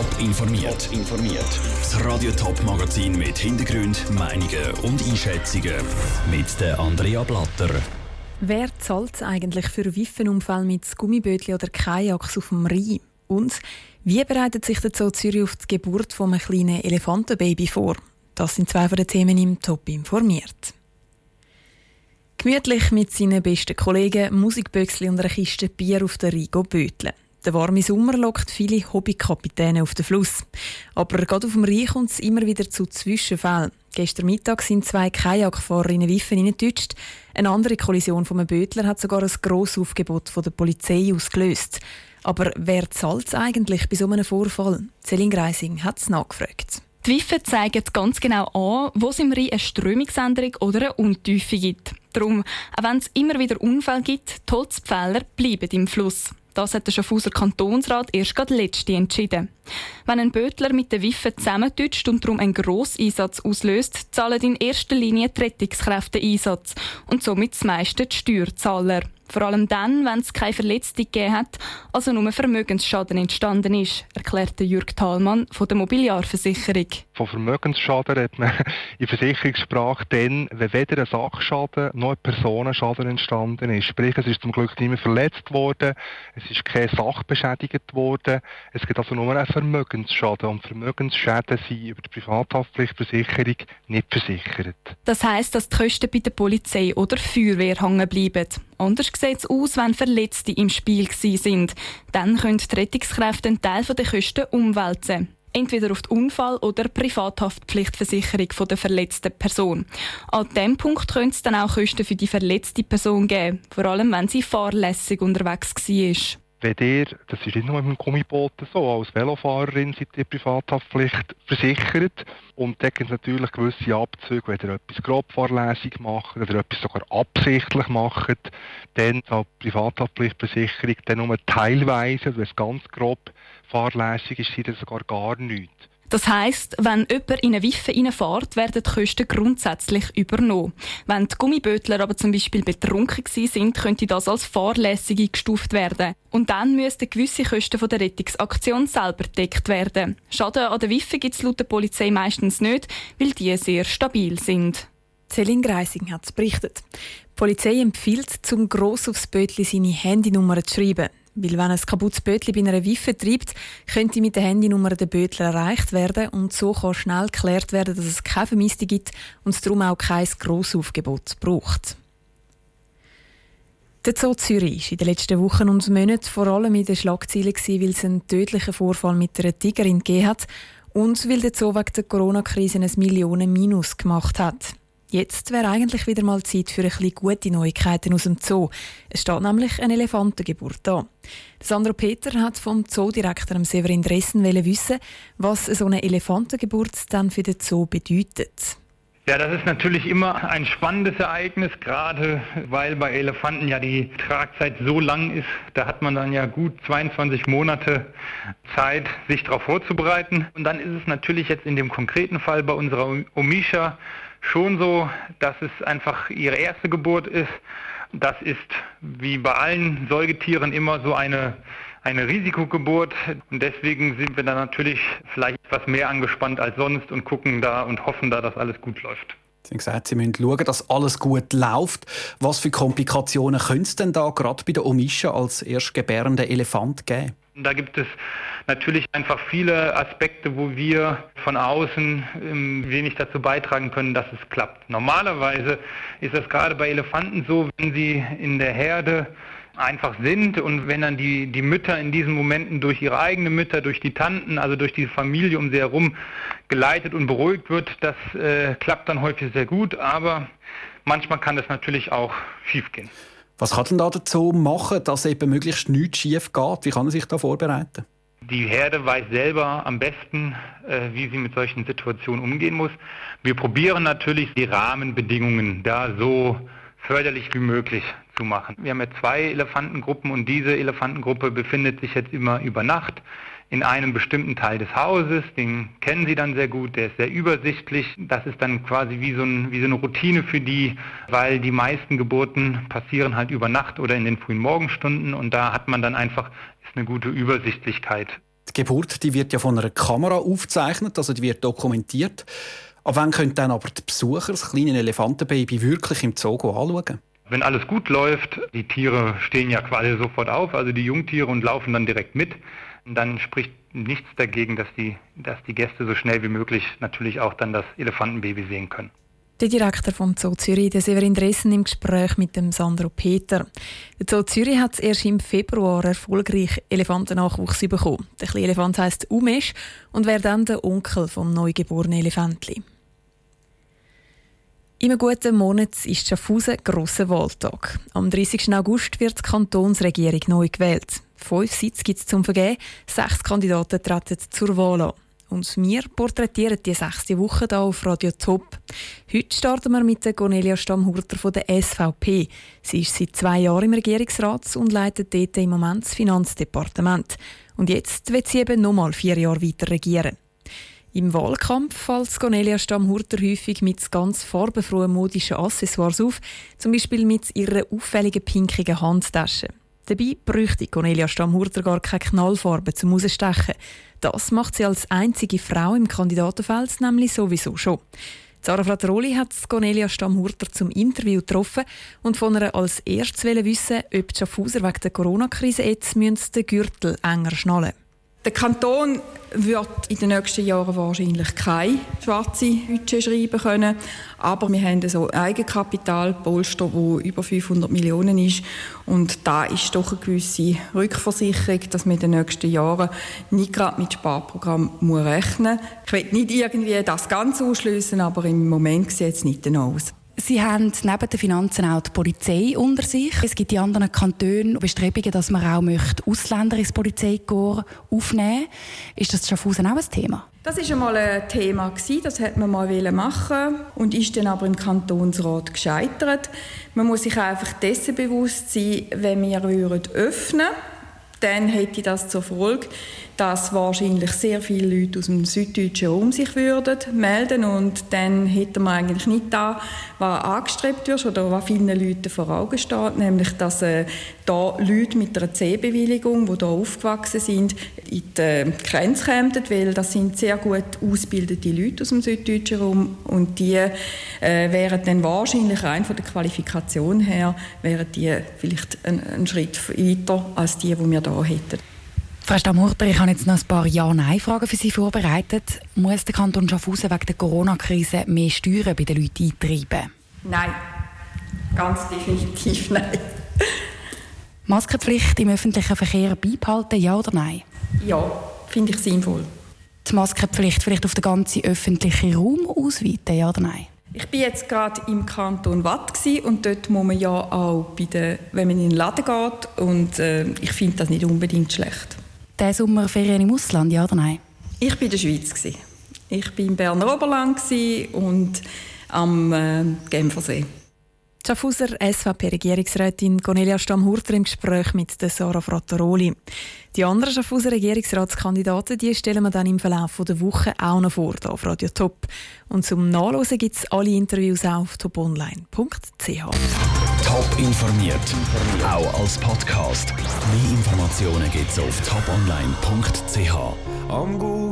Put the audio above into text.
Top informiert. Das Radio Top Magazin mit Hintergrund, Meinungen und Einschätzungen mit der Andrea Blatter. Wer zahlt eigentlich für Wiffenunfall mit Gummibötli oder Kajaks auf dem Rhein? Und wie bereitet sich der Zoo Zürich auf die Geburt von einem kleinen Elefantenbaby vor? Das sind zwei von den Themen im Top informiert. Gemütlich mit seinen besten Kollegen, Musikböxli und einer Kiste Bier auf der Rhein böteln. Der warme Sommer lockt viele Hobbykapitäne auf den Fluss. Aber gerade auf dem Rhein kommt es immer wieder zu Zwischenfällen. Gestern Mittag sind 2 Kajakfahrer in eine Wiffe hineingetutscht. Eine andere Kollision von einem Bötler hat sogar ein grosses Aufgebot von der Polizei ausgelöst. Aber wer zahlt es eigentlich bei so einem Vorfall? Céline Greising hat es nachgefragt. Die Wiffe zeigen ganz genau an, wo es im Rhein eine Strömungsänderung oder eine Untiefe gibt. Darum, auch wenn es immer wieder Unfälle gibt, die Holzpfähler bleiben im Fluss. Das hat der Schaffhauser Kantonsrat erst gerade letzte entschieden. Wenn ein Bötler mit der Wiffe zusammentutscht und darum einen Grosseinsatz auslöst, zahlen in erster Linie die Rettungskräfte Einsatz und somit das meiste die Steuerzahler. Vor allem dann, wenn es keine Verletzte gegeben hat, also nur Vermögensschaden entstanden ist, erklärte Jürg Thalmann von der Mobiliarversicherung. Von Vermögensschaden redet man in Versicherungssprache dann, wenn weder ein Sachschaden noch ein Personenschaden entstanden ist. Sprich, es ist zum Glück niemand verletzt worden, es ist keine Sache beschädigt worden, es gibt also nur einen Vermögensschaden. Und Vermögensschäden sind über die Privathaftpflichtversicherung nicht versichert. Das heisst, dass die Kosten bei der Polizei oder Feuerwehr hängen bleiben. Anders sieht es aus, wenn Verletzte im Spiel sind. Dann können die Rettungskräfte einen Teil der Kosten umwälzen. Entweder auf die Unfall- oder Privathaftpflichtversicherung der verletzten Person. An diesem Punkt könnte es dann auch Kosten für die verletzte Person geben, vor allem wenn sie fahrlässig unterwegs war. Wenn ihr, das ist nicht nur mit dem Gummiboot so, als Velofahrerin seid ihr Privathaftpflicht versichert. Und da gibt es natürlich gewisse Abzüge, wenn ihr etwas grob fahrlässig macht oder etwas sogar absichtlich macht, dann zahlt die Privathaftpflichtversicherung dann nur teilweise, also wenn es ganz grob fahrlässig ist, sind das sogar gar nichts. Das heisst, wenn jemand in eine Wiffe reinfährt, werden die Kosten grundsätzlich übernommen. Wenn die Gummibötler aber zum Beispiel betrunken sind, könnte das als fahrlässige gestuft werden. Und dann müssten gewisse Kosten von der Rettungsaktion selber gedeckt werden. Schaden an der Wiffe gibt es laut der Polizei meistens nicht, weil die sehr stabil sind. Céline Greising hat es berichtet. Die Polizei empfiehlt, zum gross aufs Bötli seine Handynummer zu schreiben. Weil wenn ein kaputtes Bötli bei einer Wiffe treibt, könnte mit der Handynummer der Bötler erreicht werden und so kann schnell geklärt werden, dass es keine Vermisste gibt und es darum auch kein Grossaufgebot braucht. Der Zoo Zürich war in den letzten Wochen und Monaten vor allem in den Schlagzeilen, weil es einen tödlichen Vorfall mit einer Tigerin gegeben hat und weil der Zoo wegen der Corona-Krise ein Millionen-Minus gemacht hat. Jetzt wäre eigentlich wieder mal Zeit für ein bisschen gute Neuigkeiten aus dem Zoo. Es steht nämlich eine Elefantengeburt da. Sandro Peter hat vom Zoodirektor Severin Dressen wissen, was so eine Elefantengeburt dann für den Zoo bedeutet. Ja, das ist natürlich immer ein spannendes Ereignis, gerade weil bei Elefanten ja die Tragzeit so lang ist. Da hat man dann ja gut 22 Monate Zeit, sich darauf vorzubereiten. Und dann ist es natürlich jetzt in dem konkreten Fall bei unserer Omisha schon so, dass es einfach ihre erste Geburt ist. Das ist wie bei allen Säugetieren immer so eine Risikogeburt. Und deswegen sind wir da natürlich vielleicht etwas mehr angespannt als sonst und gucken da und hoffen da, dass alles gut läuft. Sie haben gesagt, Sie müssen schauen, dass alles gut läuft. Was für Komplikationen können es denn da gerade bei der Omisha als erstgebärenden Elefant geben? Da gibt es natürlich einfach viele Aspekte, wo wir von außen wenig dazu beitragen können, dass es klappt. Normalerweise ist das gerade bei Elefanten so, wenn sie in der Herde einfach sind und wenn dann die Mütter in diesen Momenten durch ihre eigenen Mütter, durch die Tanten, also durch die Familie um sie herum geleitet und beruhigt wird, das klappt dann häufig sehr gut, aber manchmal kann das natürlich auch schiefgehen. Was kann denn da dazu machen, dass eben möglichst nichts schief geht? Wie kann man sich da vorbereiten? Die Herde weiß selber am besten, wie sie mit solchen Situationen umgehen muss. Wir probieren natürlich die Rahmenbedingungen da so förderlich wie möglich zu machen. Wir haben ja 2 Elefantengruppen und diese Elefantengruppe befindet sich jetzt immer über Nacht in einem bestimmten Teil des Hauses. Den kennen Sie dann sehr gut, der ist sehr übersichtlich. Das ist dann quasi wie so eine Routine für die, weil die meisten Geburten passieren halt über Nacht oder in den frühen Morgenstunden und da hat man dann einfach eine gute Übersichtlichkeit. Die Geburt die wird ja von einer Kamera aufgezeichnet, also die wird dokumentiert. Ab wann können dann aber die Besucher das kleine Elefantenbaby wirklich im Zoo anschauen? Wenn alles gut läuft, die Tiere stehen ja quasi sofort auf, also die Jungtiere, und laufen dann direkt mit. Und dann spricht nichts dagegen, dass die Gäste so schnell wie möglich natürlich auch dann das Elefantenbaby sehen können. Der Direktor vom Zoo Zürich, der Severin Dressen, im Gespräch mit dem Sandro Peter. Der Zoo Zürich hat erst im Februar erfolgreich Elefantennachwuchs bekommen. Der kleine Elefant heisst Umesh und wäre dann der Onkel vom neugeborenen Elefantli. In einem guten Monat ist Schaffhausen grosser Wahltag. Am 30. August wird die Kantonsregierung neu gewählt. 5 Sitze gibt es zum Vergeben, 6 Kandidaten treten zur Wahl an. Und wir porträtieren die 6. Woche hier auf Radio Top. Heute starten wir mit der Cornelia Stammhurter von der SVP. Sie ist seit 2 Jahren im Regierungsrat und leitet dort im Moment das Finanzdepartement. Und jetzt wird sie eben nochmal 4 Jahre weiter regieren. Im Wahlkampf fällt Cornelia Stammhurter häufig mit ganz farbenfrohen modischen Accessoires auf, zum Beispiel mit ihrer auffälligen pinkigen Handtasche. Dabei bräuchte Cornelia Stammhurter gar keine Knallfarbe zum Rausstechen. Das macht sie als einzige Frau im Kandidatenfeld nämlich sowieso schon. Sarah Frattaroli hat Cornelia Stammhurter zum Interview getroffen und von ihr als erstes wissen, ob die Schaffhauser wegen der Corona-Krise jetzt den Gürtel enger schnallen müssen. Der Kanton wird in den nächsten Jahren wahrscheinlich keine schwarze Budget schreiben können. Aber wir haben so ein Eigenkapitalpolster, das über 500 Millionen ist. Und da ist doch eine gewisse Rückversicherung, dass man in den nächsten Jahren nicht gerade mit Sparprogrammen rechnen muss. Ich will nicht irgendwie das Ganze ausschliessen, aber im Moment sieht es nicht danach aus. Sie haben neben den Finanzen auch die Polizei unter sich. Es gibt in anderen Kantonen Bestrebungen, dass man auch Ausländer ins Polizeikorps aufnehmen möchte. Ist das in Schaffhausen auch ein Thema? Das war einmal ein Thema, das wollte man mal machen und ist dann aber im Kantonsrat gescheitert. Man muss sich einfach dessen bewusst sein, wenn wir öffnen würden, dann hätte das zur Folge, dass wahrscheinlich sehr viele Leute aus dem süddeutschen Raum sich melden würden und dann hätten wir eigentlich nicht da, was angestrebt wird oder was vielen Leuten vor Augen steht, nämlich dass da Leute mit einer C-Bewilligung, die hier aufgewachsen sind, in die Grenze kommen, weil das sind sehr gut ausgebildete Leute aus dem süddeutschen Raum und die wären dann wahrscheinlich rein von der Qualifikation her wären die vielleicht einen Schritt weiter als die wir hier hätten. Frau Stammhurter, ich habe jetzt noch ein paar Ja-Nein-Fragen für Sie vorbereitet. Muss der Kanton Schaffhausen wegen der Corona-Krise mehr Steuern bei den Leuten eintreiben? Nein, ganz definitiv nein. Maskenpflicht im öffentlichen Verkehr beibehalten, ja oder nein? Ja, finde ich sinnvoll. Die Maskenpflicht vielleicht auf den ganzen öffentlichen Raum ausweiten, ja oder nein? Ich war jetzt gerade im Kanton Waadt und dort muss man ja auch wenn man in den Laden geht und ich finde das nicht unbedingt schlecht. Der Sommerferien im Ausland, ja oder nein? Ich war in der Schweiz. Ich war im Berner Oberland und am Genfersee. Die Schaffhauser SVP-Regierungsrätin Cornelia Stammhurter im Gespräch mit der Sarah Frattaroli. Die anderen Schaffhauser Regierungsratskandidaten die stellen wir dann im Verlauf der Woche auch noch vor, hier auf Radio Top. Und zum Nachlesen gibt es alle Interviews auf toponline.ch. Top informiert, auch als Podcast. Mehr Informationen gibt es auf toponline.ch.